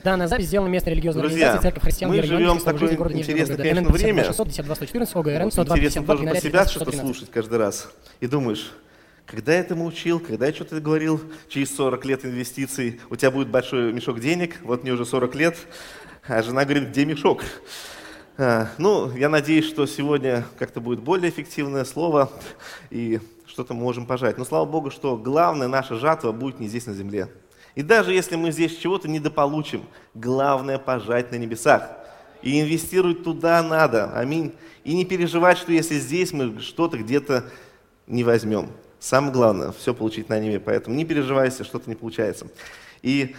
Данная запись сделана местной религиозной Друзья, организацией Церковь Христиан мы Веры живем в Евангельской такое города Нижнего интересное, Новгорода. конечно, время. 600 52 114 ОГРН Вот 102 интересно 52 тоже про 12 себя 15 что-то 113. слушать каждый раз. И думаешь, когда я этому учил, когда я что-то говорил, через 40 лет инвестиций, у тебя будет большой мешок денег, вот мне уже 40 лет, а жена говорит, где мешок? Ну, я надеюсь, что сегодня как-то будет более эффективное слово, и что-то мы можем пожать. Но слава Богу, что главная наша жатва будет не здесь на земле. И даже если мы здесь чего-то недополучим, главное пожать на небесах. И инвестировать туда надо. Аминь. И не переживать, что если здесь мы что-то где-то не возьмем. Самое главное, все получить на небе. Поэтому не переживай, если что-то не получается. И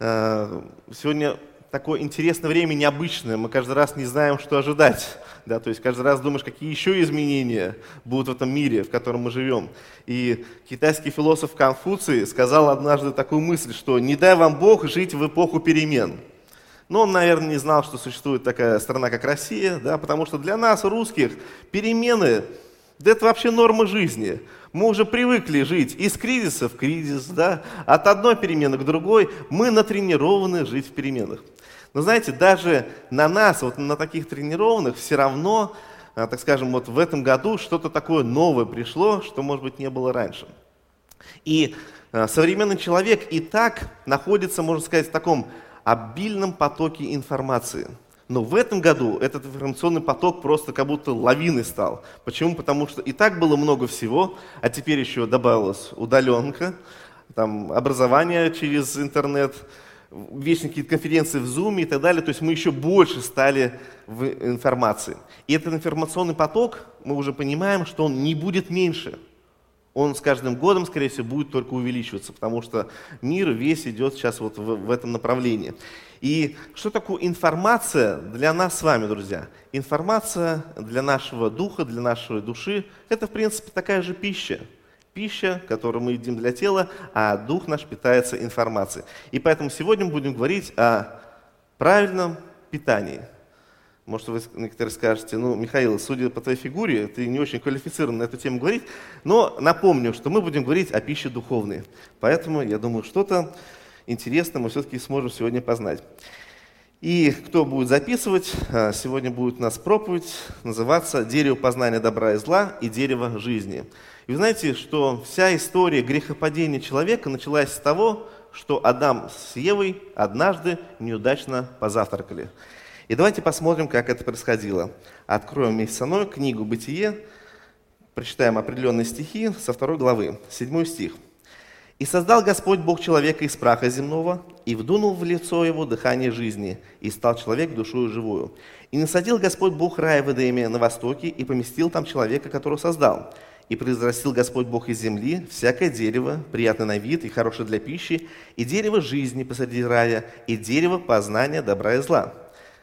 сегодня такое интересное время, необычное. Мы каждый раз не знаем, что ожидать. Да, то есть каждый раз думаешь, какие еще изменения будут в этом мире, в котором мы живем. И китайский философ Конфуций сказал однажды такую мысль, что «не дай вам Бог жить в эпоху перемен». Но он, наверное, не знал, что существует такая страна, как Россия, да, потому что для нас, русских, перемены да это вообще норма жизни. Мы уже привыкли жить из кризиса в кризис, да, от одной перемены к другой. Мы натренированы жить в переменах. Но знаете, даже на нас, вот на таких тренированных, все равно, так скажем, вот в этом году что-то такое новое пришло, что, может быть, не было раньше. И современный человек и так находится, можно сказать, в таком обильном потоке информации. Но в этом году этот информационный поток просто как будто лавиной стал. Почему? Потому что и так было много всего, а теперь еще добавилась удаленка, там, образование через интернет, вечные какие-то конференции в Zoom и так далее. То есть мы еще больше стали в информации. И этот информационный поток, мы уже понимаем, что он не будет меньше. Он с каждым годом, скорее всего, будет только увеличиваться, потому что мир весь идет сейчас вот в этом направлении. И что такое информация для нас с вами, друзья? Информация для нашего духа, для нашей души – это, в принципе, такая же пища. Пища, которую мы едим для тела, а дух наш питается информацией. И поэтому сегодня мы будем говорить о правильном питании. Может, вы некоторые скажете, ну, Михаил, судя по твоей фигуре, ты не очень квалифицирован на эту тему говорить, но напомню, что мы будем говорить о пище духовной. Поэтому, я думаю, что-то интересное мы все-таки сможем сегодня познать. И кто будет записывать, сегодня будет у нас проповедь, называться «Дерево познания добра и зла и дерево жизни». И вы знаете, что вся история грехопадения человека началась с того, что Адам с Евой однажды неудачно позавтракали. И давайте посмотрим, как это происходило. Откроем вместе со мной книгу «Бытие», прочитаем определенные стихи со 2 главы, 7 стих. «И создал Господь Бог человека из праха земного, и вдунул в лицо его дыхание жизни, и стал человек душою живою. И насадил Господь Бог рай в Эдеме на востоке, и поместил там человека, которого создал. И произрастил Господь Бог из земли всякое дерево, приятное на вид и хорошее для пищи, и дерево жизни посреди рая, и дерево познания добра и зла».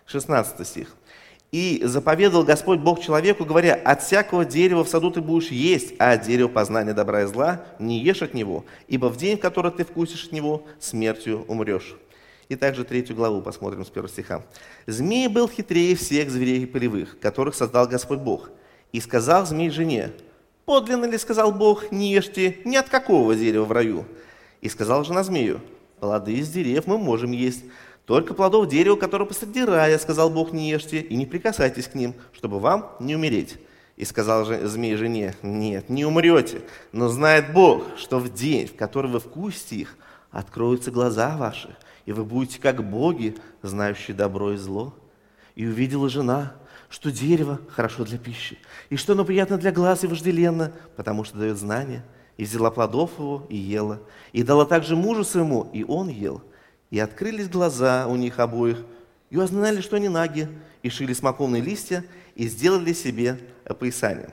16 стих. «И заповедал Господь Бог человеку, говоря, от всякого дерева в саду ты будешь есть, а от дерева познания добра и зла не ешь от него, ибо в день, в который ты вкусишь от него, смертью умрешь». И также 3 главу посмотрим с 1 стиха. «Змей был хитрее всех зверей полевых, которых создал Господь Бог. И сказал змей жене, подлинно ли, сказал Бог, не ешьте ни от какого дерева в раю? И сказал жена змею, плоды из дерев мы можем есть, только плодов дерева, которое посреди рая, сказал Бог, не ешьте и не прикасайтесь к ним, чтобы вам не умереть. И сказал змей жене, нет, не умрете, но знает Бог, что в день, в который вы вкусите их, откроются глаза ваши, и вы будете как боги, знающие добро и зло. И увидела жена, что дерево хорошо для пищи, и что оно приятно для глаз и вожделенно, потому что дает знания, и взяла плодов его и ела, и дала также мужу своему, и он ел. И открылись глаза у них обоих, и узнали, что они наги, и шили смоковные листья, и сделали себе опоясание.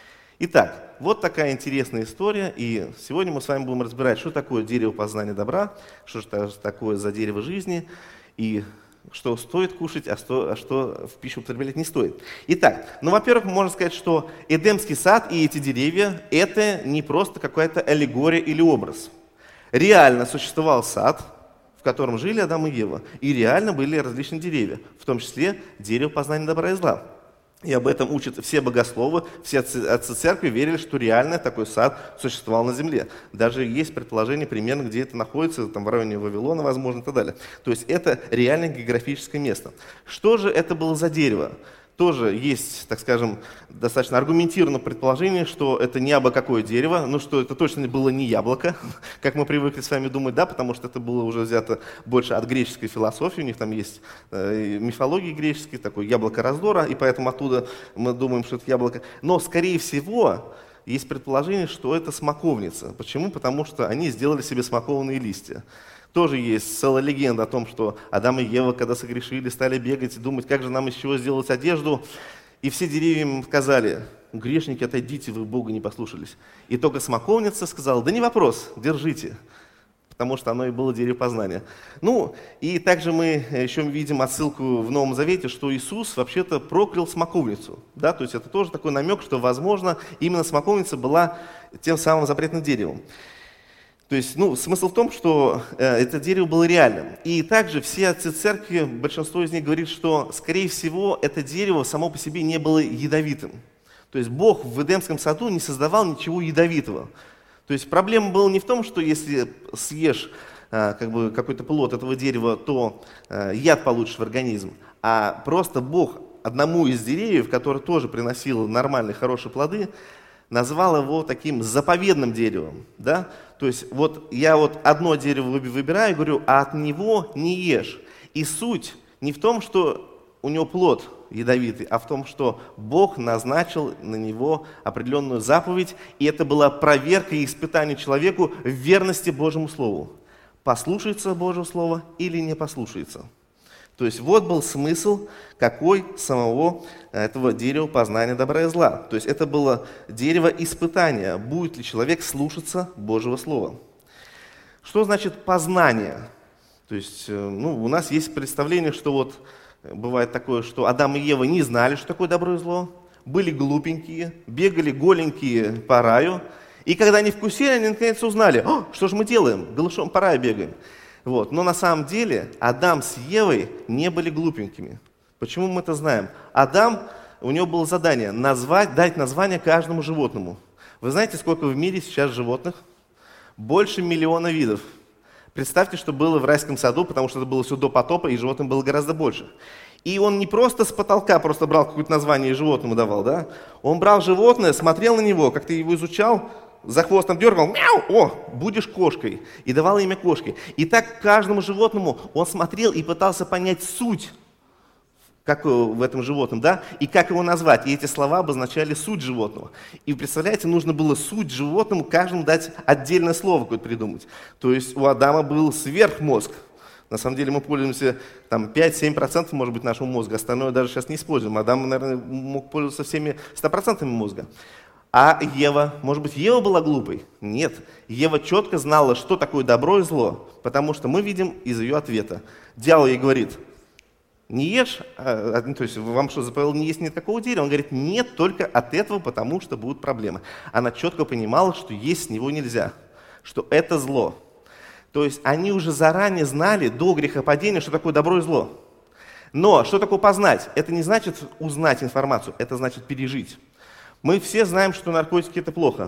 Итак, вот такая интересная история, и сегодня мы с вами будем разбирать, что такое дерево познания добра, что же такое за дерево жизни, и что стоит кушать, а что в пищу употреблять не стоит. Итак, во-первых, можно сказать, что Эдемский сад и эти деревья – это не просто какая-то аллегория или образ. Реально существовал сад, в котором жили Адам и Ева, и реально были различные деревья, в том числе дерево познания добра и зла. И об этом учат все богословы, все отцы церкви верили, что реально такой сад существовал на земле. Даже есть предположение примерно, где это находится, там в районе Вавилона, возможно, и так далее. То есть это реально географическое место. Что же это было за дерево? Тоже есть, так скажем, достаточно аргументированное предположение, что это не абы какое дерево, но что это точно было не яблоко, как мы привыкли с вами думать, да, потому что это было уже взято больше от греческой философии, у них там есть мифологии греческие, такое яблоко раздора, и поэтому оттуда мы думаем, что это яблоко. Но, скорее всего, есть предположение, что это смоковница. Почему? Потому что они сделали себе смоковные листья. Тоже есть целая легенда о том, что Адам и Ева, когда согрешили, стали бегать и думать, как же нам из чего сделать одежду. И все деревья им сказали: грешники, отойдите, вы Бога не послушались. И только смоковница сказала: да не вопрос, держите. Потому что оно и было дерево познания. Ну, и также мы еще видим отсылку в Новом Завете, что Иисус вообще-то проклял смоковницу. Да? То есть это тоже такой намек, что, возможно, именно смоковница была тем самым запретным деревом. То есть, смысл в том, что это дерево было реальным. И также все отцы церкви, большинство из них говорит, что, скорее всего, это дерево само по себе не было ядовитым. То есть Бог в Эдемском саду не создавал ничего ядовитого. То есть проблема была не в том, что если съешь какой-то плод этого дерева, то яд получишь в организм, а просто Бог одному из деревьев, который тоже приносил нормальные, хорошие плоды, назвал его таким заповедным деревом. Да? То есть я одно дерево выбираю и говорю, а от него не ешь. И суть не в том, что у него плод ядовитый, а в том, что Бог назначил на него определенную заповедь, и это была проверка и испытание человеку в верности Божьему Слову. Послушается Божьего Слова или не послушается. То есть вот был смысл какой самого этого дерева познания добра и зла. То есть это было дерево испытания, будет ли человек слушаться Божьего Слова. Что значит познание? То есть у нас есть представление, что бывает такое, что Адам и Ева не знали, что такое добро и зло, были глупенькие, бегали голенькие по раю, и когда они вкусили, они наконец узнали: что же мы делаем, голышом по раю бегаем. Но на самом деле Адам с Евой не были глупенькими. Почему мы это знаем? У него было задание дать название каждому животному. Вы знаете, сколько в мире сейчас животных? Больше 1 миллиона видов. Представьте, что было в райском саду, потому что это было все до потопа, и животных было гораздо больше. И он не просто с потолка просто брал какое-то название и животному давал, да? Он брал животное, смотрел на него, как-то его изучал, за хвостом дергал: мяу, будешь кошкой. И давал имя кошке. И так каждому животному он смотрел и пытался понять суть, как в этом животном, да, и как его назвать. И эти слова обозначали суть животного. И представляете, нужно было суть животному каждому дать отдельное слово какое-то придумать. То есть у Адама был сверхмозг. На самом деле мы пользуемся 5-7% может быть нашего мозга, остальное даже сейчас не используем. Адам, наверное, мог пользоваться всеми 100% мозга. А Ева, может быть, Ева была глупой? Нет. Ева четко знала, что такое добро и зло, потому что мы видим из ее ответа. Дьявол ей говорит: не ешь, то есть вам что, заповедал не есть ни от какого дерева? Он говорит: нет, только от этого, потому что будут проблемы. Она четко понимала, что есть с него нельзя, что это зло. То есть они уже заранее знали до грехопадения, что такое добро и зло. Но что такое познать? Это не значит узнать информацию, это значит пережить. Мы все знаем, что наркотики – это плохо.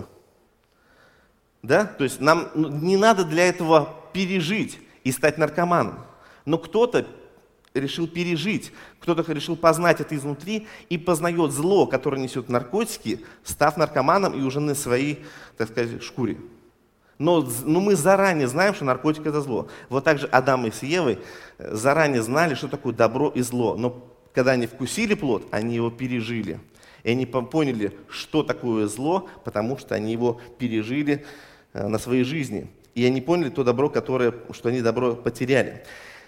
Да? То есть нам не надо для этого пережить и стать наркоманом. Но кто-то решил пережить, кто-то решил познать это изнутри и познает зло, которое несет наркотики, став наркоманом и уже на своей, так сказать, шкуре. Но мы заранее знаем, что наркотик – это зло. Вот так же Адам и с Евой заранее знали, что такое добро и зло. Но когда они вкусили плод, они его пережили. И они поняли, что такое зло, потому что они его пережили на своей жизни. И они поняли то добро, что они добро потеряли.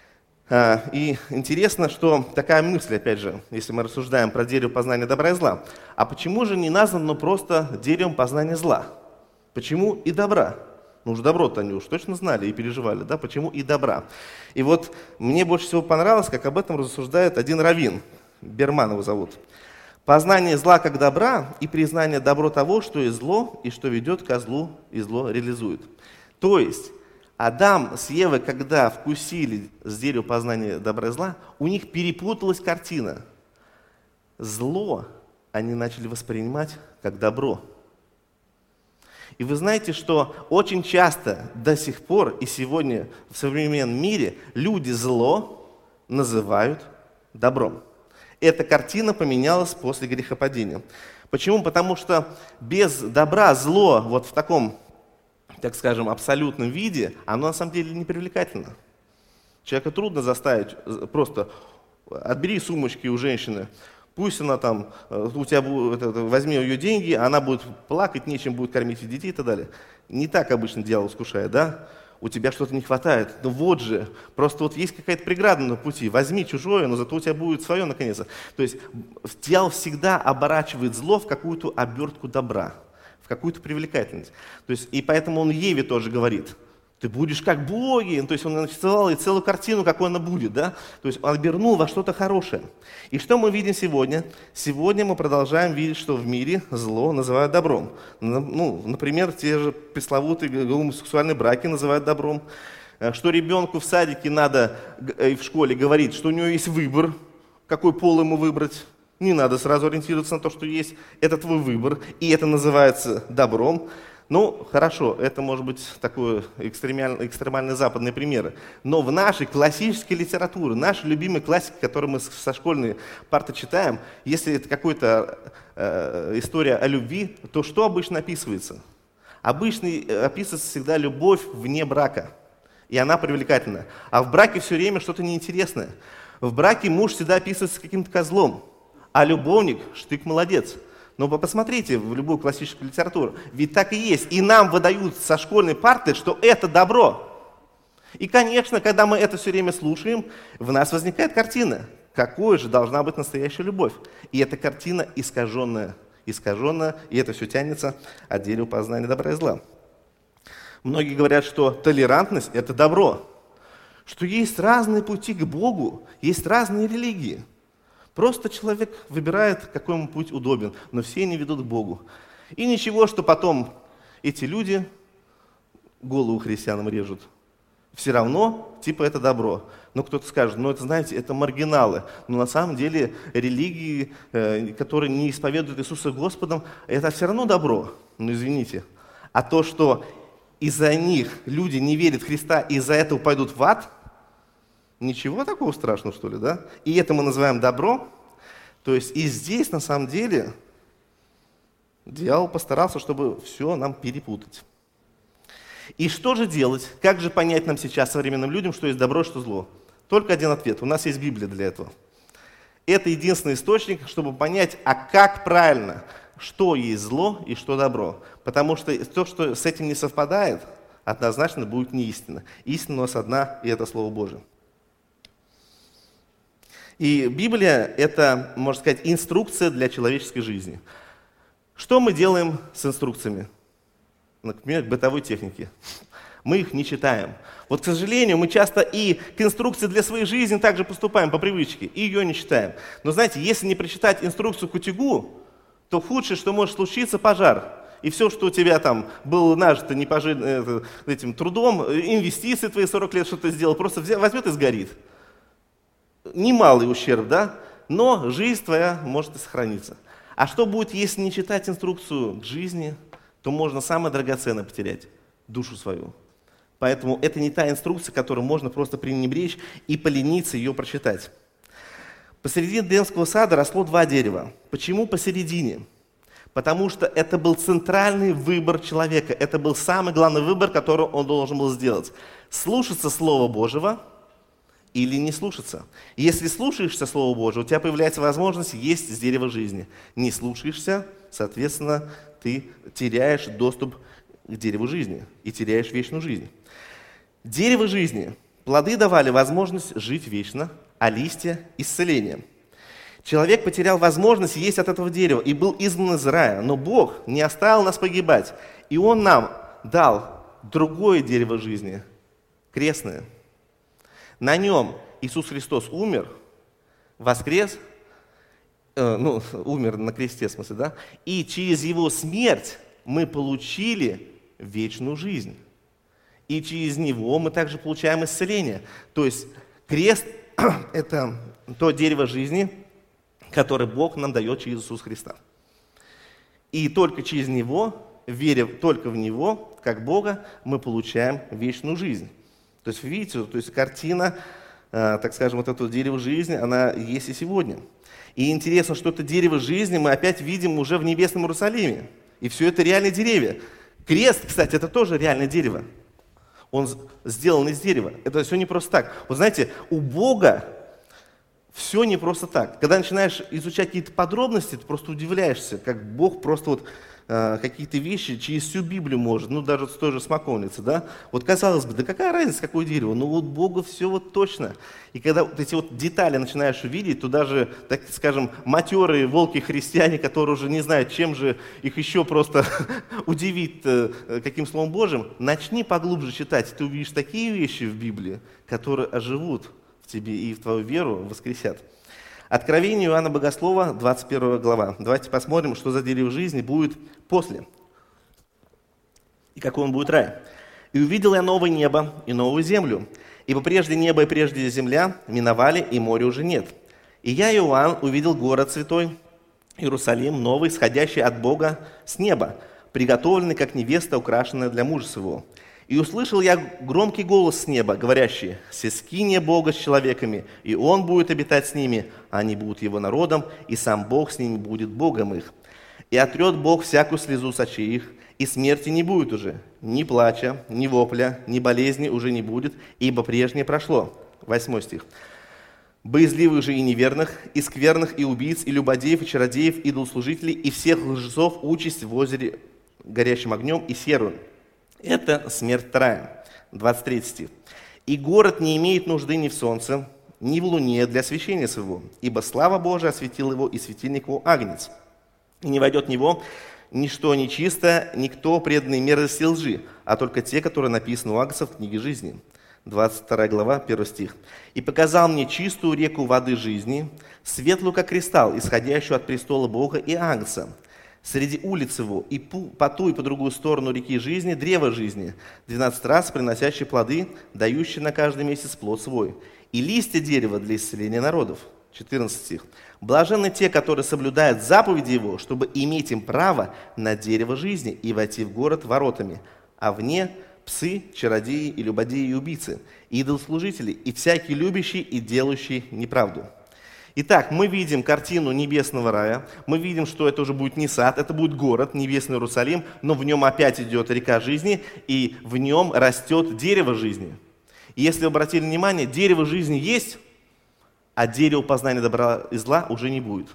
И интересно, что такая мысль, опять же, если мы рассуждаем про дерево познания добра и зла, а почему же не названо просто деревом познания зла? Почему и добра? Ну уж добро-то они уж точно знали и переживали, да? Почему и добра? И мне больше всего понравилось, как об этом рассуждает один раввин, Берман его зовут. Познание зла как добра и признание добро того, что есть зло, и что ведет ко злу, и зло реализует. То есть Адам с Евой, когда вкусили с дерева познания добра и зла, у них перепуталась картина. Зло они начали воспринимать как добро. И вы знаете, что очень часто до сих пор и сегодня в современном мире люди зло называют добром. Эта картина поменялась после грехопадения. Почему? Потому что без добра зло вот в таком, так скажем, абсолютном виде, оно на самом деле не привлекательно. Человека трудно заставить просто отбери сумочки у женщины, пусть она там, у тебя возьми ее деньги, она будет плакать, нечем будет кормить детей и так далее. Не так обычно дьявол искушает, да? У тебя что-то не хватает. Ну вот же, просто вот есть какая-то преграда на пути. Возьми чужое, но зато у тебя будет свое наконец-то. То есть дьявол всегда оборачивает зло в какую-то обертку добра, в какую-то привлекательность. То есть, и поэтому он Еве тоже говорит, ты будешь как боги. То есть он нарисовал и целую картину, какой она будет. Да? То есть он обернул во что-то хорошее. И что мы видим сегодня? Сегодня мы продолжаем видеть, что в мире зло называют добром. Ну, например, те же пресловутые гомосексуальные браки называют добром. Что ребенку в садике надо и в школе говорить, что у него есть выбор, какой пол ему выбрать. Не надо сразу ориентироваться на то, что есть. Это твой выбор, и это называется добром. Ну, хорошо, это может быть такое экстремальные западные примеры. Но в нашей классической литературе, нашей любимой классике, которую мы со школьной парты читаем, если это какая-то история о любви, то что обычно описывается? Обычно описывается всегда любовь вне брака, и она привлекательна. А в браке все время что-то неинтересное. В браке муж всегда описывается каким-то козлом, а любовник – штык молодец. Но вы посмотрите в любую классическую литературу, ведь так и есть. И нам выдают со школьной парты, что это добро. И, конечно, когда мы это все время слушаем, в нас возникает картина, какой же должна быть настоящая любовь. И эта картина искаженная, и это все тянется от дерева познания добра и зла. Многие говорят, что толерантность – это добро, что есть разные пути к Богу, есть разные религии. Просто человек выбирает, какой ему путь удобен, но все они ведут к Богу. И ничего, что потом эти люди голову христианам режут. Все равно, типа, это добро. Но кто-то скажет, ну это, знаете, это маргиналы. Но на самом деле религии, которые не исповедуют Иисуса Господом, это все равно добро. Ну извините. А то, что из-за них люди не верят в Христа и из-за этого пойдут в ад, ничего такого страшного, что ли, да? И это мы называем добро. То есть и здесь, на самом деле, дьявол постарался, чтобы все нам перепутать. И что же делать? Как же понять нам сейчас, современным людям, что есть добро, что зло? Только один ответ. У нас есть Библия для этого. Это единственный источник, чтобы понять, а как правильно, что есть зло и что добро. Потому что то, что с этим не совпадает, однозначно будет не истина. Истина у нас одна, и это Слово Божие. И Библия – это, можно сказать, инструкция для человеческой жизни. Что мы делаем с инструкциями? Например, к бытовой технике. Мы их не читаем. Вот, к сожалению, мы часто и к инструкции для своей жизни также поступаем по привычке, и ее не читаем. Но знаете, если не прочитать инструкцию к утюгу, то худшее, что может случиться – пожар. И все, что у тебя там было нажито этим трудом, инвестиции твои 40 лет, что ты сделал, просто возьмет и сгорит. Немалый ущерб, да? Но жизнь твоя может и сохраниться. А что будет, если не читать инструкцию к жизни, то можно самое драгоценное потерять – душу свою. Поэтому это не та инструкция, которую можно просто пренебречь и полениться ее прочитать. Посередине Эдемского сада росло два дерева. Почему посередине? Потому что это был центральный выбор человека. Это был самый главный выбор, который он должен был сделать. Слушаться Слова Божьего или не слушаться. Если слушаешься Слова Божьего, у тебя появляется возможность есть с дерева жизни. Не слушаешься, соответственно, ты теряешь доступ к дереву жизни и теряешь вечную жизнь. Дерево жизни. Плоды давали возможность жить вечно, а листья – исцеление. Человек потерял возможность есть от этого дерева и был изгнан из рая, но Бог не оставил нас погибать, и Он нам дал другое дерево жизни, крестное. На нем Иисус Христос умер, воскрес, умер на кресте, в смысле, да, и через Его смерть мы получили вечную жизнь. И через Него мы также получаем исцеление. То есть крест – это то дерево жизни, который Бог нам дает через Иисуса Христа. И только через Него, веря только в Него, как Бога, мы получаем вечную жизнь. То есть, видите, то есть картина, так скажем, вот этого дерева жизни, она есть и сегодня. И интересно, что это дерево жизни мы опять видим уже в небесном Иерусалиме. И все это реальные деревья. Крест, кстати, это тоже реальное дерево. Он сделан из дерева. Это все не просто так. Вот знаете, у Бога все не просто так. Когда начинаешь изучать какие-то подробности, ты просто удивляешься, как Бог просто вот какие-то вещи через всю Библию может, ну даже с той же смоковницы, да? Вот казалось бы, да какая разница, какое дерево? Ну вот Богу все вот точно. И когда вот эти вот детали начинаешь видеть, то даже, так скажем, матерые волки-христиане, которые уже не знают, чем же их еще просто удивить, каким Словом Божьим, начни поглубже читать, ты увидишь такие вещи в Библии, которые оживут в тебе и в твою веру воскресят. Откровение Иоанна Богослова, 21 глава. Давайте посмотрим, что за дерево жизни будет после. И какой он будет рай. «И увидел я новое небо и новую землю, ибо прежде небо и прежде земля миновали, и моря уже нет. И я, Иоанн, увидел город святой, Иерусалим, новый, сходящий от Бога с неба, приготовленный, как невеста, украшенная для мужа своего. И услышал я громкий голос с неба, говорящий: «Сескиния Бога с человеками, и Он будет обитать с ними, а они будут Его народом, и сам Бог с ними будет Богом их. И отрет Бог всякую слезу с очей их, и смерти не будет уже, ни плача, ни вопля, ни болезни уже не будет, ибо прежнее прошло». 8 стих. «Боязливых же и неверных, и скверных, и убийц, и любодеев, и чародеев, и идолослужителей, и всех лжецов участь в озере горящим огнем и серую. Это смерть вторая». 23 стих. «И город не имеет нужды ни в солнце, ни в луне для освещения своего, ибо слава Божия осветил его, и светильник его агнец. И не войдет в него ничто нечистое, никто преданный мерзости и лжи, а только те, которые написаны у агнца в книге жизни». 22 глава, 1 стих. «И показал мне чистую реку воды жизни, светлую, как кристалл, исходящую от престола Бога и агнца. Среди улиц его, и по ту и по другую сторону реки жизни, древо жизни, 12 раз приносящие плоды, дающие на каждый месяц плод свой, и листья дерева для исцеления народов». 14 стих. «Блаженны те, которые соблюдают заповеди его, чтобы иметь им право на дерево жизни и войти в город воротами, а вне псы, чародеи и любодеи и убийцы, и идолослужители, и всякий любящий и делающий неправду». Итак, мы видим картину небесного рая, мы видим, что это уже будет не сад, это будет город, небесный Иерусалим, но в нем опять идет река жизни, и в нем растет дерево жизни. И если вы обратили внимание, дерево жизни есть, а дерево познания добра и зла уже не будет.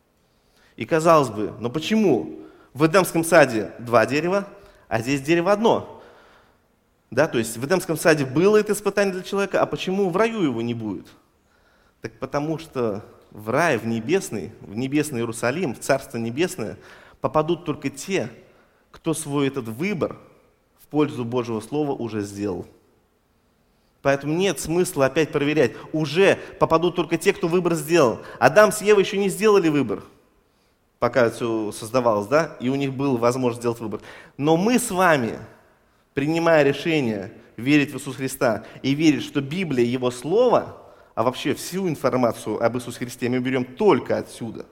И казалось бы, но почему в Эдемском саде 2 дерева, а здесь дерево одно? Да, то есть в Эдемском саде было это испытание для человека, а почему в раю его не будет? Так потому что в рай, в небесный Иерусалим, в Царство Небесное попадут только те, кто свой этот выбор в пользу Божьего Слова уже сделал. Поэтому нет смысла опять проверять. Уже попадут только те, кто выбор сделал. Адам с Евой еще не сделали выбор, пока все создавалось, да? И у них была возможность сделать выбор. Но мы с вами, принимая решение верить в Иисуса Христа и верить, что Библия, Его Слово, а вообще всю информацию об Иисусе Христе мы берем только отсюда,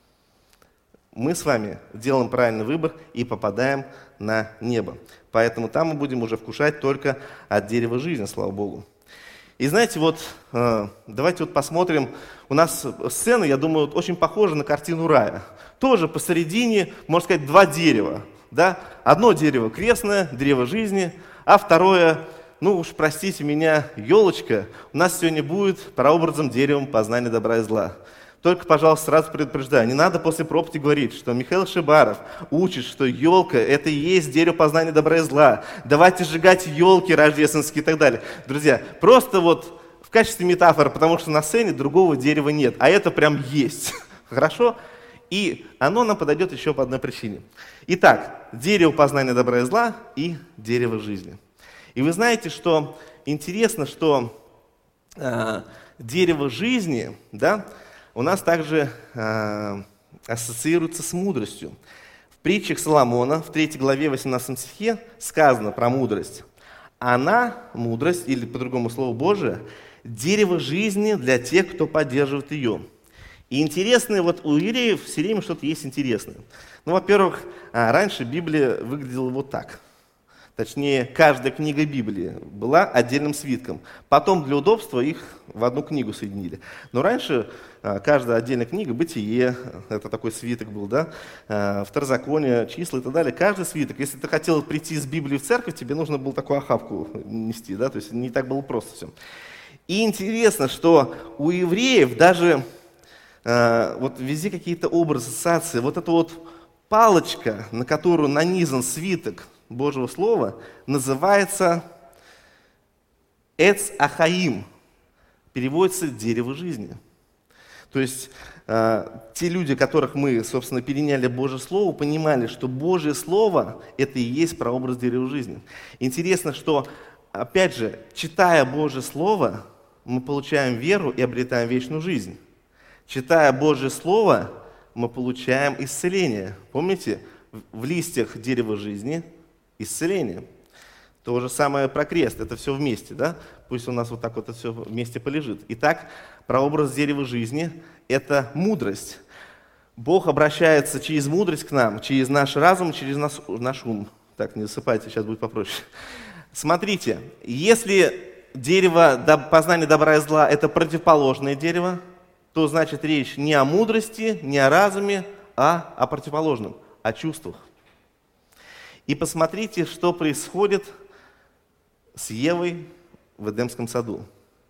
мы с вами делаем правильный выбор и попадаем на небо. Поэтому там мы будем уже вкушать только от дерева жизни, слава Богу. И знаете, вот давайте вот посмотрим. У нас сцена, я думаю, вот очень похожа на картину рая. Тоже посередине, можно сказать, 2 дерева. Да? Одно дерево крестное, древо жизни, а второе, ну уж простите меня, елочка, у нас сегодня будет прообразом деревом познания добра и зла. Только, пожалуйста, сразу предупреждаю, не надо после проповеди говорить, что Михаил Шибаров учит, что елка – это и есть дерево познания добра и зла. Давайте сжигать елки рождественские и так далее. Друзья, просто вот в качестве метафоры, потому что на сцене другого дерева нет, а это прям есть. Хорошо? И оно нам подойдет еще по одной причине. Итак, дерево познания добра и зла и дерево жизни. И вы знаете, что интересно, что дерево жизни, да, у нас также ассоциируется с мудростью. В притчах Соломона, в 3 главе 18 стихе сказано про мудрость. Она, мудрость, или по другому слову Божие, дерево жизни для тех, кто поддерживает ее. И интересное, вот у евреев все время что-то есть интересное. Ну, во-первых, раньше Библия выглядела вот так. Точнее, каждая книга Библии была отдельным свитком. Потом для удобства их в одну книгу соединили. Но раньше каждая отдельная книга, Бытие, это такой свиток был, да, Второзаконие, числа и так далее. Каждый свиток, если ты хотел прийти с Библией в церковь, тебе нужно было такую охапку нести, да, то есть не так было просто все. И интересно, что у евреев даже вот везде какие-то образы, ассоциации, вот эта вот палочка, на которую нанизан свиток Божьего Слова, называется Эц Ахаим, переводится «дерево жизни». То есть те люди, которых мы, собственно, переняли Божье Слово, понимали, что Божье Слово – это и есть прообраз дерева жизни. Интересно, что, опять же, читая Божье Слово, мы получаем веру и обретаем вечную жизнь. Читая Божье Слово, мы получаем исцеление. Помните, в листьях дерева жизни исцеление. То же самое про крест, это все вместе, да? Пусть у нас вот так вот это все вместе полежит. Итак, прообраз дерева жизни – это мудрость. Бог обращается через мудрость к нам, через наш разум, через наш ум. Так, не засыпайте, сейчас будет попроще. Смотрите, если дерево познания добра и зла – это противоположное дерево, то значит речь не о мудрости, не о разуме, а о противоположном, о чувствах. И посмотрите, что происходит с Евой в Эдемском саду.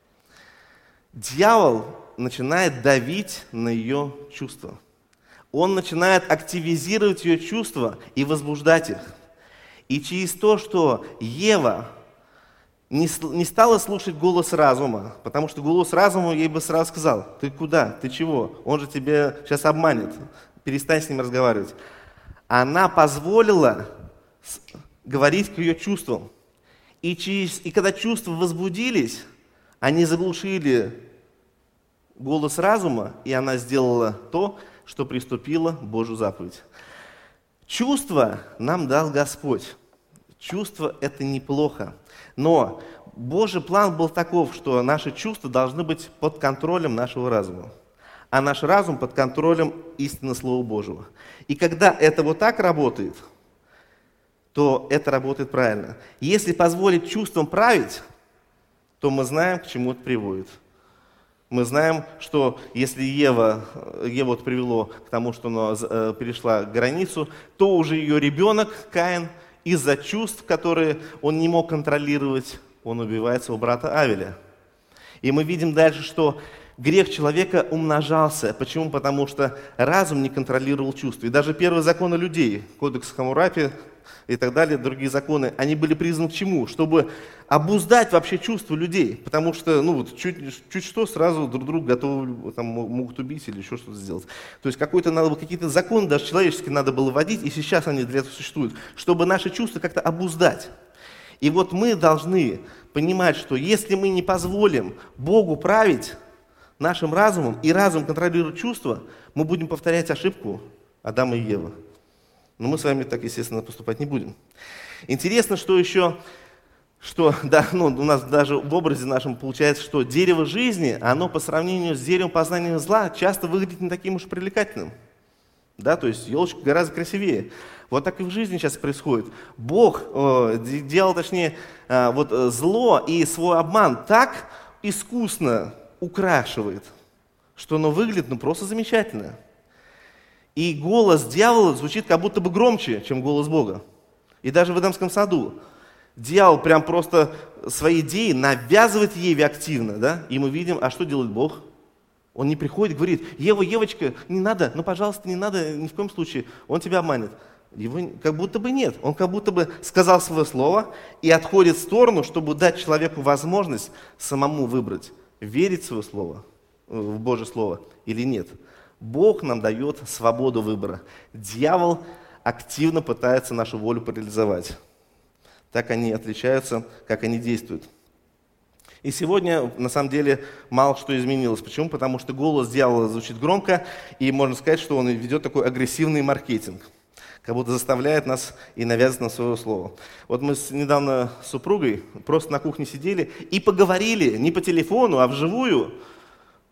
Дьявол начинает давить на ее чувства. Он начинает активизировать ее чувства и возбуждать их. И через то, что Ева не стала слушать голос разума, потому что голос разума ей бы сразу сказал: ты куда, ты чего, он же тебя сейчас обманет, перестань с ним разговаривать. Она позволила говорить к ее чувствам. И когда чувства возбудились, они заглушили голос разума, и она сделала то, что приступила Божью заповедь. Чувства нам дал Господь. Чувства – это неплохо. Но Божий план был таков, что наши чувства должны быть под контролем нашего разума, а наш разум под контролем истины Слова Божьего. И когда это вот так работает, то это работает правильно. Если позволить чувствам править, то мы знаем, к чему это приводит. Мы знаем, что если Ева привело к тому, что она перешла границу, то уже ее ребенок, Каин, из-за чувств, которые он не мог контролировать, он убивает своего брата Авеля. И мы видим дальше, что грех человека умножался. Почему? Потому что разум не контролировал чувства. И даже первые законы людей, кодекс Хаммурапи и так далее, другие законы, они были призваны к чему? Чтобы обуздать вообще чувства людей. Потому что чуть что сразу друг друга готовы, могут убить или еще что-то сделать. То есть какие-то законы даже человеческие надо было вводить, и сейчас они для этого существуют, чтобы наши чувства как-то обуздать. И вот мы должны понимать, что если мы не позволим Богу править нашим разумом, и разум контролирует чувства, мы будем повторять ошибку Адама и Евы. Но мы с вами так, естественно, поступать не будем. Интересно, что еще, у нас даже в образе нашем получается, что дерево жизни, оно по сравнению с деревом познания зла часто выглядит не таким уж привлекательным. Да, то есть елочка гораздо красивее. Вот так и в жизни сейчас происходит. Бог делал, зло и свой обман так искусно украшивает, что оно выглядит просто замечательно. И голос дьявола звучит как будто бы громче, чем голос Бога. И даже в Эдемском саду дьявол прям просто свои идеи навязывает Еве активно, да? И мы видим, а что делает Бог? Он не приходит, говорит: Евочка, не надо, пожалуйста, не надо, ни в коем случае, он тебя обманет. Его как будто бы нет, он как будто бы сказал свое слово и отходит в сторону, чтобы дать человеку возможность самому выбрать, верить в свое слово, в Божье слово или нет. Бог нам дает свободу выбора. Дьявол активно пытается нашу волю парализовать. Так они отличаются, как они действуют. И сегодня, на самом деле, мало что изменилось. Почему? Потому что голос дьявола звучит громко, и можно сказать, что он ведет такой агрессивный маркетинг. Как будто заставляет нас и навязывает нам свое слово. Вот мы недавно с супругой просто на кухне сидели и поговорили не по телефону, а вживую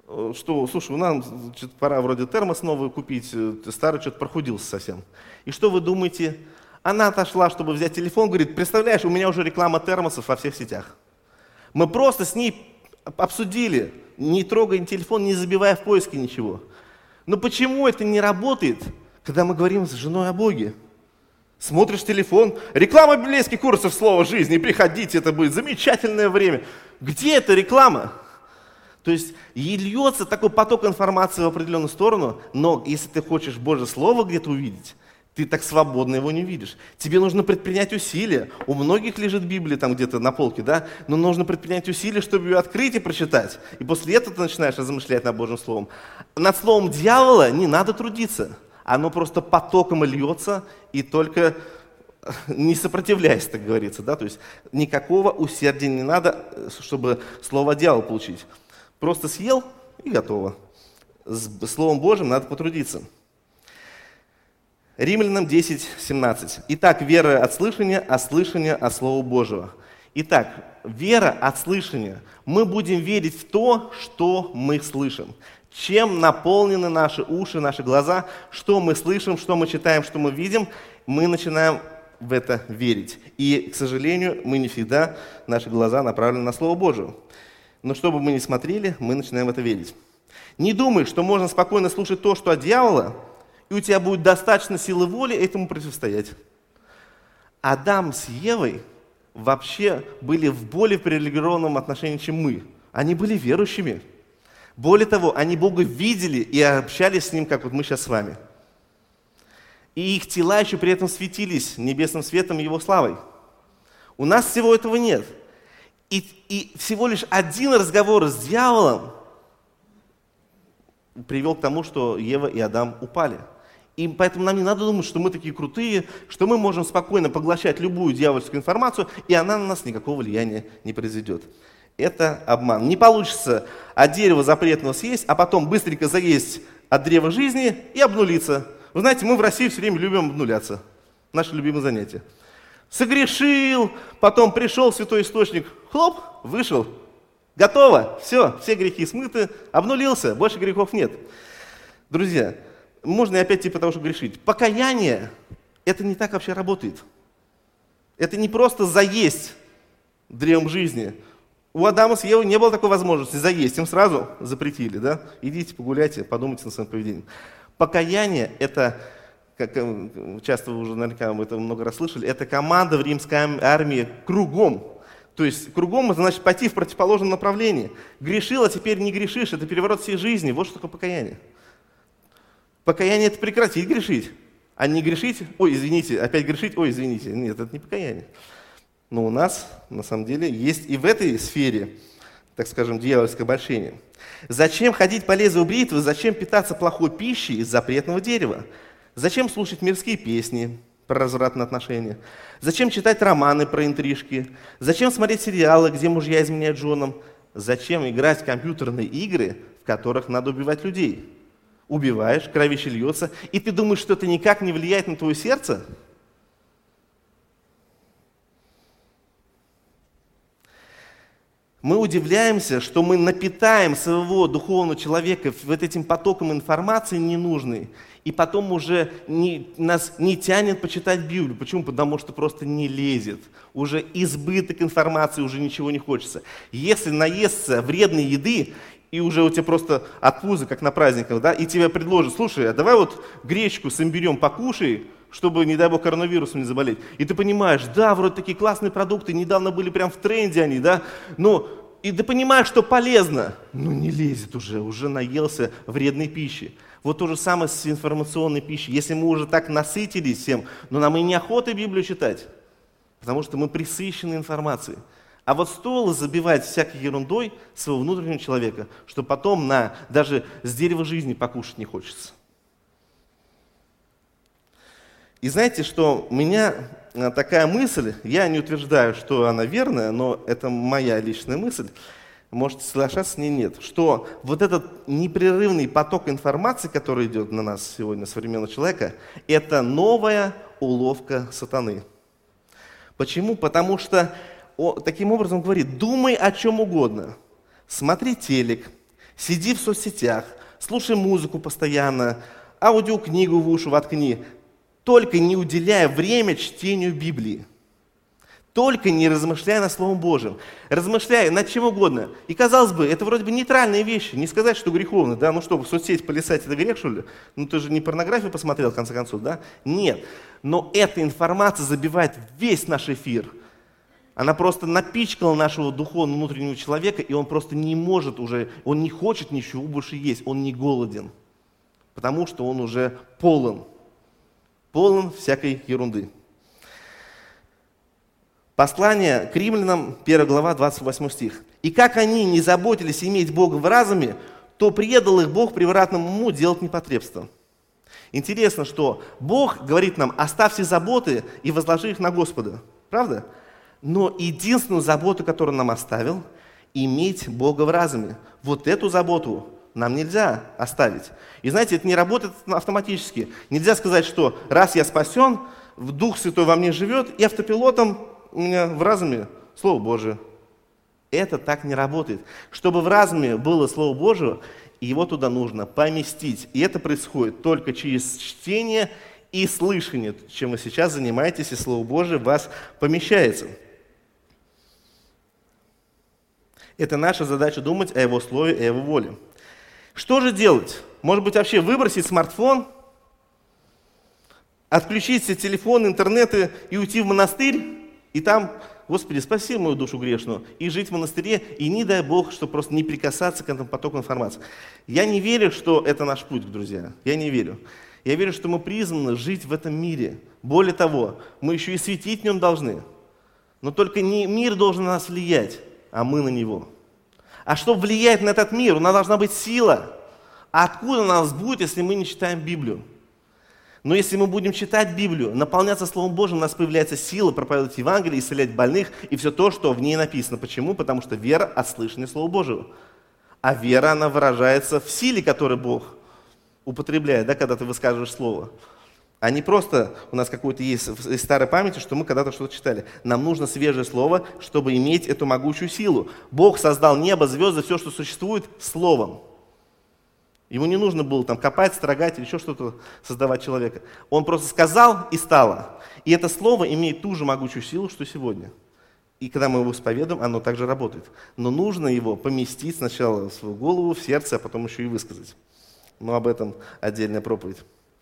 что, слушай, нам пора вроде термос новый купить, старый что-то прохудился совсем. И что вы думаете? Она отошла, чтобы взять телефон, говорит, представляешь, у меня уже реклама термосов во всех сетях. Мы просто с ней обсудили, не трогая телефон, не забивая в поиске ничего. Но почему это не работает, когда мы говорим с женой о Боге? Смотришь телефон, реклама библейских курсов «Слово жизни», приходите, это будет замечательное время. Где эта реклама? То есть и льется такой поток информации в определенную сторону, но если ты хочешь Божье Слово где-то увидеть, ты так свободно его не видишь. Тебе нужно предпринять усилия. У многих лежит Библия там где-то на полке, да? Но нужно предпринять усилия, чтобы ее открыть и прочитать. И после этого ты начинаешь размышлять над Божьим Словом. Над словом дьявола не надо трудиться. Оно просто потоком льется, и только не сопротивляясь, так говорится. Да? То есть никакого усердия не надо, чтобы слово дьявола получить. Просто съел и готово. С Словом Божьим надо потрудиться. Римлянам 10:17. Итак, вера от слышания, а слышание от Слова Божьего. Итак, вера от слышания. Мы будем верить в то, что мы слышим. Чем наполнены наши уши, наши глаза, что мы слышим, что мы читаем, что мы видим, мы начинаем в это верить. И, к сожалению, мы не всегда, наши глаза направлены на Слово Божие. Но что бы мы ни смотрели, мы начинаем в это верить. Не думай, что можно спокойно слушать то, что от дьявола, и у тебя будет достаточно силы воли этому противостоять. Адам с Евой вообще были в более привилегированном отношении, чем мы. Они были верующими. Более того, они Бога видели и общались с Ним, как вот мы сейчас с вами. И их тела еще при этом светились небесным светом и Его славой. У нас всего этого нет. И всего лишь один разговор с дьяволом привел к тому, что Ева и Адам упали. И поэтому нам не надо думать, что мы такие крутые, что мы можем спокойно поглощать любую дьявольскую информацию, и она на нас никакого влияния не произведет. Это обман. Не получится от дерева запретного съесть, а потом быстренько заесть от древа жизни и обнулиться. Вы знаете, мы в России все время любим обнуляться. Наше любимое занятие. Согрешил, потом пришел святой источник, хлоп, вышел. Готово, все грехи смыты, обнулился, больше грехов нет. Друзья, можно и опять типа того, что грешить. Покаяние, это не так вообще работает. Это не просто заесть древом жизни. У Адама с Евой не было такой возможности заесть, им сразу запретили, да? Идите погуляйте, подумайте над своим поведением. Покаяние – это, как часто вы уже наверняка это много раз слышали, это команда в римской армии кругом. То есть кругом – это значит пойти в противоположном направлении. Грешил, а теперь не грешишь – это переворот всей жизни. Вот что такое покаяние. Покаяние – это прекратить грешить, а не грешить, ой, извините, опять грешить, ой, извините. Нет, это не покаяние. Но у нас, на самом деле, есть и в этой сфере, так скажем, дьявольское обольщение. Зачем ходить по лезвию бритвы, зачем питаться плохой пищей из запретного дерева? Зачем слушать мирские песни про развратные отношения? Зачем читать романы про интрижки? Зачем смотреть сериалы, где мужья изменяют женам? Зачем играть в компьютерные игры, в которых надо убивать людей? Убиваешь, кровище льется, и ты думаешь, что это никак не влияет на твое сердце? Мы удивляемся, что мы напитаем своего духовного человека вот этим потоком информации ненужной, и потом уже нас не тянет почитать Библию. Почему? Потому что просто не лезет. Уже избыток информации, уже ничего не хочется. Если наесться вредной еды, и уже у тебя просто от пуза, как на праздниках, да, и тебе предложат, слушай, а давай вот гречку с имбирем покушай, чтобы, не дай бог, коронавирусом не заболеть. И ты понимаешь, да, вроде такие классные продукты, недавно были прям в тренде они, да, но и ты понимаешь, что полезно, но не лезет уже наелся вредной пищи. Вот то же самое с информационной пищей. Если мы уже так насытились всем, но нам и неохота Библию читать, потому что мы пресыщены информацией. А вот стоило забивать всякой ерундой своего внутреннего человека, что потом даже с дерева жизни покушать не хочется. И знаете, что у меня такая мысль, я не утверждаю, что она верная, но это моя личная мысль, можете соглашаться с ней, нет, что вот этот непрерывный поток информации, который идет на нас сегодня, современного человека, это новая уловка сатаны. Почему? Потому что таким образом говорит, думай о чем угодно, смотри телек, Сиди в соцсетях, слушай музыку постоянно, аудиокнигу в уши воткни, только не уделяя время чтению Библии. Только не размышляя над Словом Божьим. Размышляя над чем угодно. И казалось бы, это вроде бы нейтральные вещи. Не сказать, что греховно, да? Ну что, в соцсети полистать, это грех, что ли? Ну ты же не порнографию посмотрел, в конце концов, да? Нет. Но эта информация забивает весь наш эфир. Она просто напичкала нашего духовного внутреннего человека, и он просто не может уже, он не хочет ничего больше есть, он не голоден. Потому что он уже полон всякой ерунды. Послание к римлянам, 1 глава, 28 стих. «И как они не заботились иметь Бога в разуме, то предал их Бог превратному уму делать непотребство». Интересно, что Бог говорит нам, оставьте заботы и возложи их на Господа. Правда? Но единственную заботу, которую он нам оставил, иметь Бога в разуме. Вот эту заботу нам нельзя оставить. И знаете, это не работает автоматически. Нельзя сказать, что раз я спасен, Дух Святой во мне живет, и автопилотом у меня в разуме Слово Божие. Это так не работает. Чтобы в разуме было Слово Божие, его туда нужно поместить. И это происходит только через чтение и слышание, чем вы сейчас занимаетесь, и Слово Божие в вас помещается. Это наша задача думать о Его Слове, о Его воле. Что же делать? Может быть, вообще выбросить смартфон, отключить все телефоны, интернеты и уйти в монастырь? И там, Господи, спаси мою душу грешную, и жить в монастыре, и не дай Бог, чтобы просто не прикасаться к этому потоку информации. Я не верю, что это наш путь, друзья. Я не верю. Я верю, что мы призваны жить в этом мире. Более того, мы еще и светить в нем должны. Но только не мир должен на нас влиять, а мы на него. А чтобы влиять на этот мир, у нас должна быть сила. А откуда она у нас будет, если мы не читаем Библию? Но если мы будем читать Библию, наполняться Словом Божьим, у нас появляется сила проповедовать Евангелие, исцелять больных и все то, что в ней написано. Почему? Потому что вера от слышания Слова Божьего. А вера, она выражается в силе, которую Бог употребляет, да, когда ты высказываешь Слово. А не просто у нас какое-то есть из старой памяти, что мы когда-то что-то читали. Нам нужно свежее Слово, чтобы иметь эту могучую силу. Бог создал небо, звезды, все, что существует, Словом. Ему не нужно было там копать, строгать или еще что-то создавать человека. Он просто сказал и стало. И это слово имеет ту же могучую силу, что сегодня. И когда мы его исповедуем, оно также работает. Но нужно его поместить сначала в свою голову, в сердце, а потом еще и высказать. Но об этом отдельная проповедь.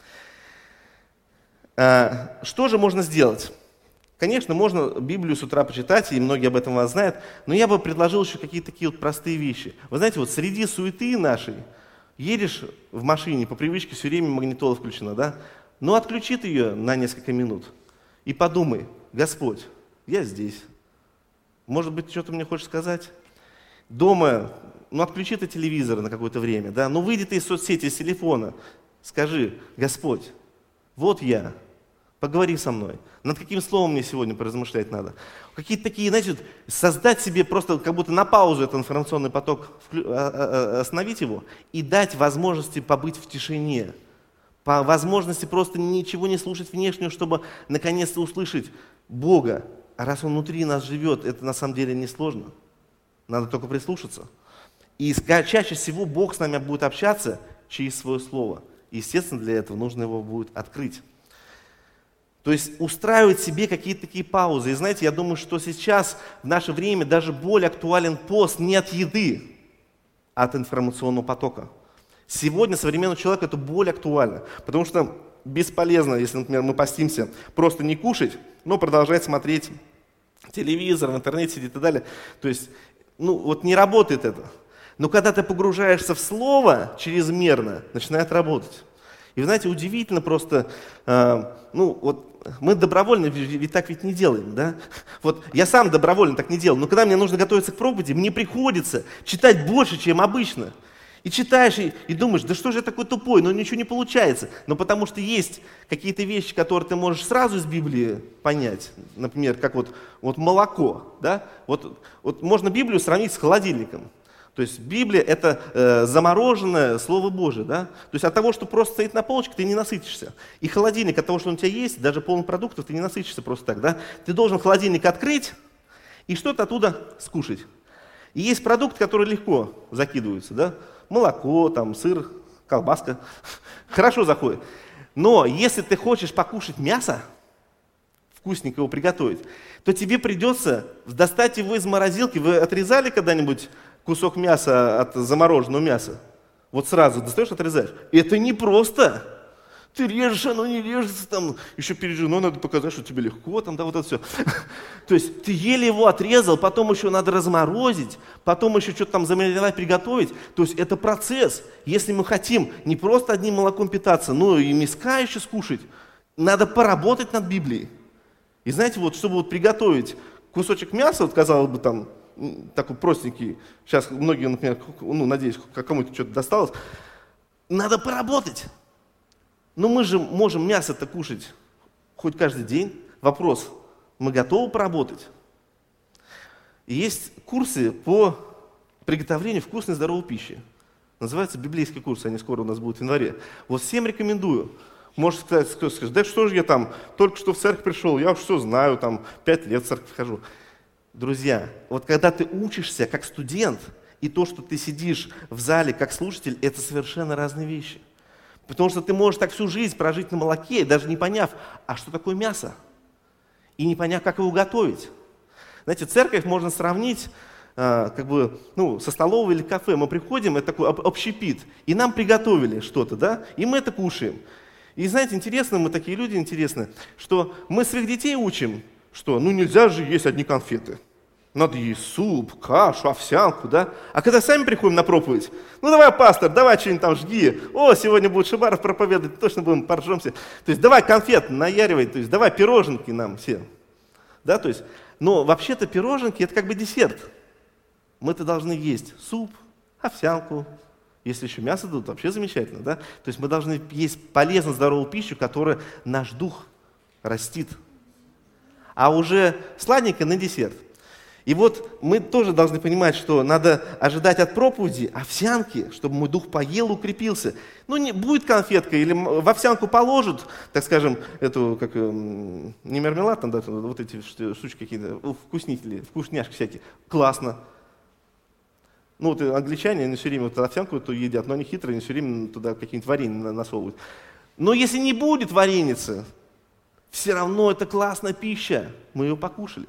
Что же можно сделать? Конечно, можно Библию с утра почитать, и многие об этом вас знают, но я бы предложил еще какие-то такие вот простые вещи. Вы знаете, вот среди суеты нашей, едешь в машине, по привычке все время магнитола включена, да? Ну, отключи ты ее на несколько минут и подумай, Господь, я здесь. Может быть, что-то мне хочешь сказать? Дома, ну, отключи ты телевизор на какое-то время, да? Ну, выйди ты из соцсети, из телефона, скажи, Господь, вот я, поговори со мной. Над каким словом мне сегодня поразмышлять надо? Какие-то такие, знаете, создать себе просто как будто на паузу этот информационный поток, остановить его и дать возможности побыть в тишине. По возможности просто ничего не слушать внешнего, чтобы наконец-то услышать Бога. А раз Он внутри нас живет, это на самом деле не сложно. Надо только прислушаться. И чаще всего Бог с нами будет общаться через Свое Слово. Естественно, для этого нужно его будет открыть. То есть устраивать себе какие-то такие паузы. И знаете, я думаю, что сейчас в наше время даже более актуален пост не от еды, а от информационного потока. Сегодня современному человеку это более актуально, потому что бесполезно, если, например, мы постимся, просто не кушать, но продолжать смотреть телевизор, в интернете сидеть и так далее. То есть, ну вот не работает это. Но когда ты погружаешься в слово чрезмерно, начинает работать. И вы знаете, удивительно просто, мы добровольно ведь так ведь не делаем, да? Вот я сам добровольно так не делаю, но когда мне нужно готовиться к проповеди, мне приходится читать больше, чем обычно. И читаешь, и думаешь, да что же я такой тупой, но ничего не получается. Но потому что есть какие-то вещи, которые ты можешь сразу из Библии понять. Например, как вот молоко, да? Вот можно Библию сравнить с холодильником. То есть Библия – это замороженное Слово Божие. Да? То есть от того, что просто стоит на полочке, ты не насытишься. И холодильник, от того, что он у тебя есть, даже полный продуктов, ты не насытишься просто так. Да? Ты должен холодильник открыть и что-то оттуда скушать. И есть продукты, которые легко закидываются. Да? молоко, там, сыр, колбаска. Хорошо заходит. Но если ты хочешь покушать мясо, вкусненько его приготовить, то тебе придется достать его из морозилки. Вы отрезали когда-нибудь кусок мяса от замороженного мяса? Вот сразу достаешь, отрезаешь. Это не просто. Ты режешь, оно не режется, там, еще перед женой надо показать, что тебе легко, там, да, вот это все. То есть ты еле его отрезал, потом еще надо разморозить, потом еще что-то там замариновать, приготовить. То есть это процесс. Если мы хотим не просто одним молоком питаться, но и мяска еще скушать, надо поработать над Библией. И знаете, вот, чтобы вот приготовить кусочек мяса, вот, казалось бы, там, такой простенький, сейчас многие, например, надеюсь, кому-то что-то досталось, надо поработать. Но мы же можем мясо-то кушать хоть каждый день. Вопрос, мы готовы поработать? И есть курсы по приготовлению вкусной и здоровой пищи. Называются библейские курсы, они скоро у нас будут в январе. Вот всем рекомендую. Может сказать, кто скажет, да что же я там, только что в церковь пришел, я уж все знаю, там 5 лет в церковь хожу. Друзья, вот когда ты учишься как студент, и то, что ты сидишь в зале как слушатель, это совершенно разные вещи. Потому что ты можешь так всю жизнь прожить на молоке, даже не поняв, а что такое мясо, и не поняв, как его готовить. Знаете, церковь можно сравнить со столовой или кафе. Мы приходим, это такой общепит, и нам приготовили что-то, да, и мы это кушаем. И знаете, интересно, мы такие люди интересные, что мы своих детей учим, что нельзя же есть одни конфеты. Надо есть суп, кашу, овсянку, да? А когда сами приходим на проповедь, давай, пастор, давай что-нибудь там жги. Сегодня будет Шибаров проповедовать, точно будем поржемся. То есть давай конфет наяривай, то есть давай пироженки нам все. Да, то есть, но вообще-то пироженки это как бы десерт. Мы-то должны есть суп, овсянку. Если еще мясо дадут, вообще замечательно, да? То есть мы должны есть полезную, здоровую пищу, которая наш дух растит. А уже сладенькое на десерт. И вот мы тоже должны понимать, что надо ожидать от проповеди овсянки, чтобы мой дух поел, укрепился. Не будет конфетка, или в овсянку положат, так скажем, эту, не мармелад, там, да, вот эти штучки какие-то, вкуснители, вкусняшки всякие. Классно. Англичане, они все время овсянку эту едят, но они хитрые, они все время туда какие-нибудь варенья насовывают. Но если не будет вареницы, все равно это классная пища, мы ее покушали.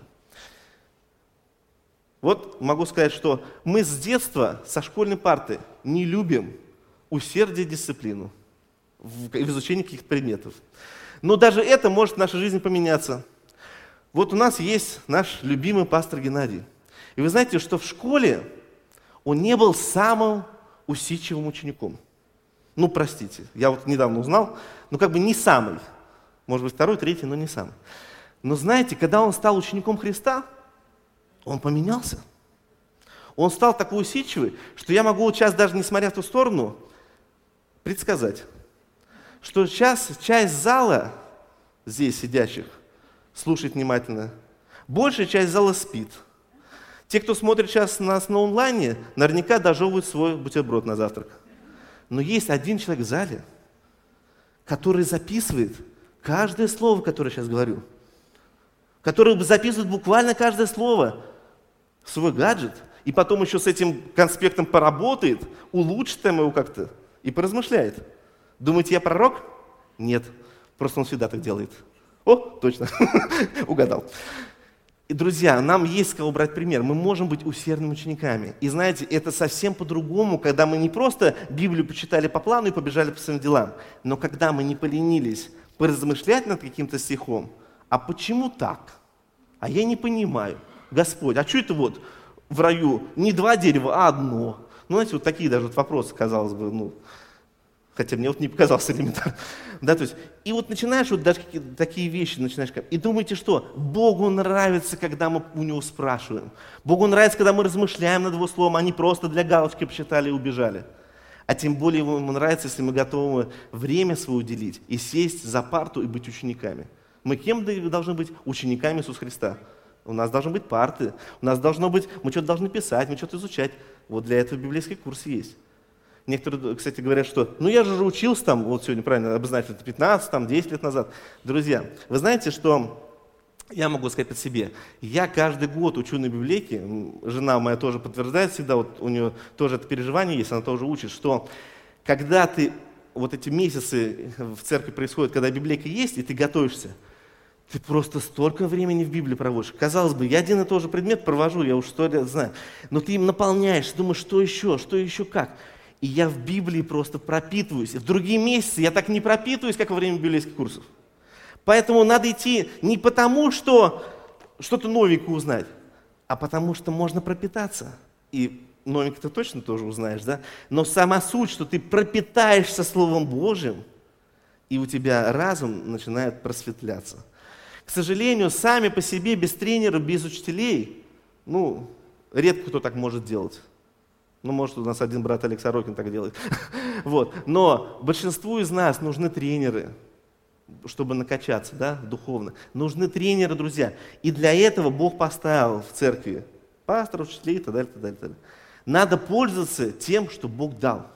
Вот могу сказать, что мы с детства, со школьной парты, не любим усердие и дисциплину в изучении каких-то предметов. Но даже это может в нашей жизни поменяться. Вот у нас есть наш любимый пастор Геннадий. И вы знаете, что в школе он не был самым усидчивым учеником. Простите, я вот недавно узнал, не самый. Может быть, второй, третий, но не самый. Но знаете, когда он стал учеником Христа, он поменялся. Он стал такой усидчивый, что я могу сейчас, даже не смотря в ту сторону, предсказать, что сейчас часть зала, здесь сидящих, слушает внимательно, большая часть зала спит. Те, кто смотрит сейчас нас на онлайне, наверняка дожевывают свой бутерброд на завтрак. Но есть один человек в зале, который записывает каждое слово, которое я сейчас говорю, который записывает буквально каждое слово в свой гаджет, и потом еще с этим конспектом поработает, улучшит там его как-то и поразмышляет. Думаете, я пророк? Нет, просто он всегда так делает. Точно, угадал. И, друзья, нам есть с кого брать пример. Мы можем быть усердными учениками. И знаете, это совсем по-другому, когда мы не просто Библию почитали по плану и побежали по своим делам, но когда мы не поленились поразмышлять над каким-то стихом, а почему так? А я не понимаю. Господь, а что это вот в раю не 2 дерева, а одно? Знаете, вот такие даже вопросы, казалось бы, хотя мне не показалось элементарно. Да, то есть, и вот начинаешь вот даже такие вещи, и думаете, что Богу нравится, когда мы у Него спрашиваем. Богу нравится, когда мы размышляем над Его словом, а не просто для галочки почитали и убежали. А тем более Ему нравится, если мы готовы время свое уделить и сесть за парту и быть учениками. Мы кем должны быть? Учениками Иисуса Христа. У нас должны быть парты, у нас должно быть, мы что-то должны писать, мы что-то изучать. Вот для этого библейский курс есть. Некоторые, кстати, говорят, что я же учился там, вот сегодня правильно обозначили, 15, 10 лет назад. Друзья, вы знаете, что Я могу сказать по себе. Я каждый год учу на библиотеке, жена моя тоже подтверждает всегда, вот у нее тоже это переживание есть, она тоже учит, что когда ты, вот эти месяцы в церкви происходят, когда библиотека есть, и ты готовишься, ты просто столько времени в Библии проводишь. Казалось бы, я один и тот же предмет провожу, я уж 100 лет знаю, но ты им наполняешься, думаешь, что еще как. И я в Библии просто пропитываюсь. В другие месяцы я так не пропитываюсь, как во время библейских курсов. Поэтому надо идти не потому, что что-то новенькое узнать, а потому что можно пропитаться. И новенькое ты точно тоже узнаешь, да? Но сама суть, что ты пропитаешься Словом Божьим, и у тебя разум начинает просветляться. К сожалению, сами по себе, без тренеров, без учителей, редко кто так может делать. Может, у нас один брат Олег Сорокин так делает. Вот. Но большинству из нас нужны тренеры, чтобы накачаться, да, духовно. Нужны тренеры, друзья. И для этого Бог поставил в церкви пасторов, учителей и так далее, так далее, так далее. Надо пользоваться тем, что Бог дал.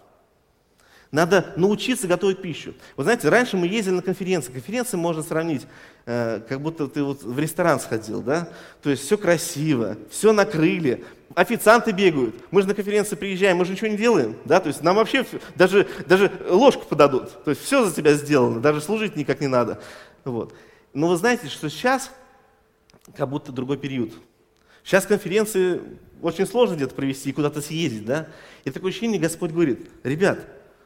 Надо научиться готовить пищу. Вы знаете, раньше мы ездили на конференции. Конференции можно сравнить, как будто ты вот в ресторан сходил, да? То есть все красиво, все накрыли, официанты бегают. Мы же на конференции приезжаем, мы же ничего не делаем, да? То есть нам вообще даже ложку подадут. То есть все за тебя сделано, даже служить никак не надо. Вот. Но вы знаете, что сейчас как будто другой период. Сейчас конференции очень сложно где-то провести и куда-то съездить, да? И такое ощущение, Господь говорит: ребят,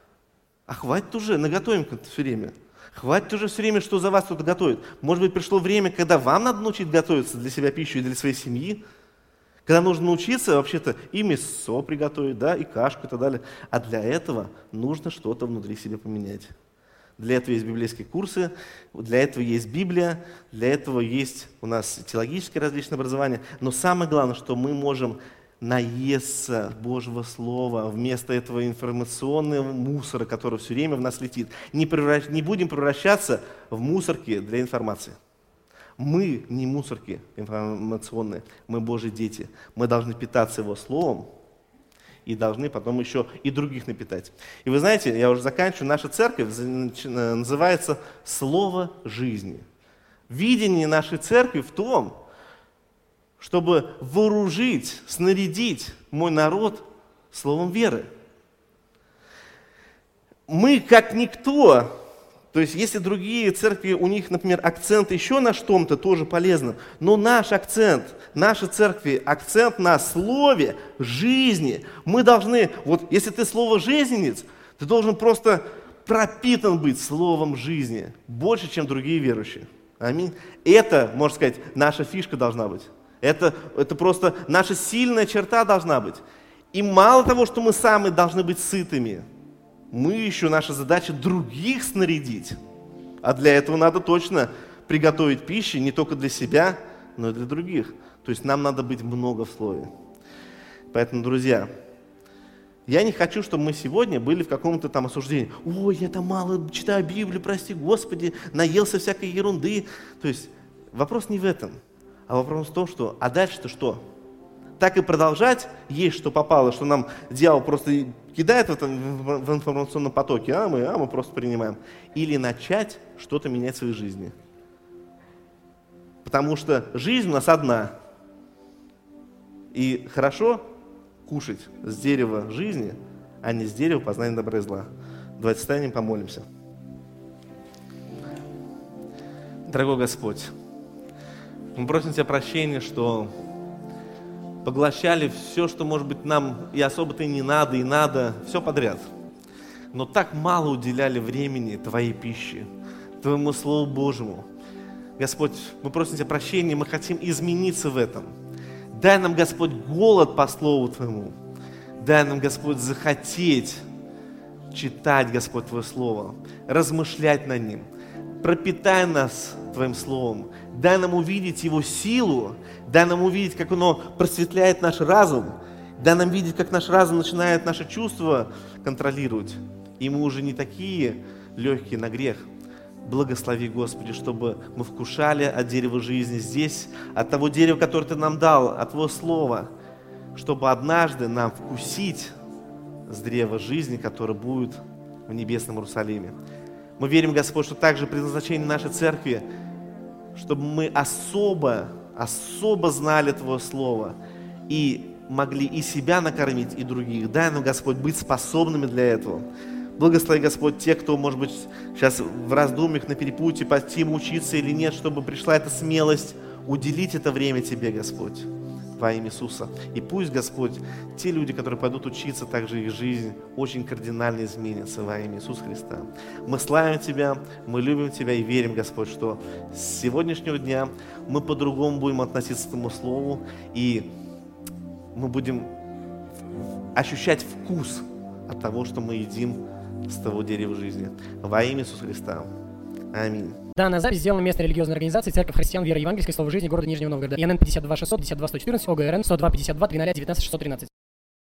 а хватит уже, наготовим-ка все время. Хватит уже все время, что за вас кто-то готовит. Может быть, пришло время, когда вам надо научить готовиться для себя пищу и для своей семьи. Когда нужно научиться вообще-то и мясо приготовить, да, и кашку и так далее. А для этого нужно что-то внутри себя поменять. Для этого есть библейские курсы, для этого есть Библия, для этого есть у нас теологические различные образования. Но самое главное, что мы можем наесться Божьего Слова вместо этого информационного мусора, который все время в нас летит. Не будем превращаться в мусорки для информации. Мы не мусорки информационные, мы Божьи дети. Мы должны питаться Его Словом и должны потом еще и других напитать. И вы знаете, я уже заканчиваю, наша церковь называется «Слово жизни». Видение нашей церкви в том, чтобы вооружить, снарядить мой народ словом веры. Мы как никто, то есть если другие церкви, у них, например, акцент еще на что-то, тоже полезно, но наш акцент, нашей церкви, акцент на слове жизни. Мы должны, вот если ты слово жизненец, ты должен просто пропитан быть словом жизни, больше, чем другие верующие. Аминь. Это, можно сказать, наша фишка должна быть. Это просто наша сильная черта должна быть. И мало того, что мы сами должны быть сытыми, мы еще, наша задача других снарядить. А для этого надо точно приготовить пищу не только для себя, но и для других. То есть нам надо быть много в слове. Поэтому, друзья, я не хочу, чтобы мы сегодня были в каком-то там осуждении. Ой, я там мало читаю Библию, прости Господи, наелся всякой ерунды. То есть вопрос не в этом. А вопрос в том, что, а дальше-то что? Так и продолжать есть, что попало, что нам дьявол просто кидает в информационном потоке, а мы просто принимаем. Или начать что-то менять в своей жизни. Потому что жизнь у нас одна. И хорошо кушать с дерева жизни, а не с дерева познания добра и зла. Давайте встанем, помолимся. Дорогой Господь, мы просим Тебя прощения, что поглощали все, что, может быть, нам и особо-то и не надо, и надо, все подряд. Но так мало уделяли времени Твоей пище, Твоему Слову Божьему. Господь, мы просим Тебя прощения, мы хотим измениться в этом. Дай нам, Господь, голод по Слову Твоему. Дай нам, Господь, захотеть читать, Господь, Твое Слово, размышлять над ним. Пропитай нас Твоим Словом. Дай нам увидеть Его силу. Дай нам увидеть, как оно просветляет наш разум. Дай нам видеть, как наш разум начинает наши чувства контролировать. И мы уже не такие легкие на грех. Благослови, Господи, чтобы мы вкушали от дерева жизни здесь, от того дерева, которое Ты нам дал, от Твоего Слова, чтобы однажды нам вкусить с древа жизни, которое будет в небесном Иерусалиме. Мы верим, Господь, что также предназначение нашей церкви чтобы мы особо знали Твое Слово и могли и себя накормить, и других. Дай нам, Господь, быть способными для этого. Благослови, Господь, тех, кто, может быть, сейчас в раздумьях, на перепутье, пойти им учиться или нет, чтобы пришла эта смелость уделить это время Тебе, Господь, во имя Иисуса. И пусть, Господь, те люди, которые пойдут учиться, также их жизнь очень кардинально изменится во имя Иисуса Христа. Мы славим Тебя, мы любим Тебя и верим, Господь, что с сегодняшнего дня мы по-другому будем относиться к Твоему Слову, и мы будем ощущать вкус от того, что мы едим с того дерева жизни. Во имя Иисуса Христа. Аминь. Данная запись сделана местной религиозной организацией Церковь Христиан Веры Евангельской Слова Жизни города Нижнего Новгорода. ИНН 52 600 52 114 ОГРН 102 52 300 19 613.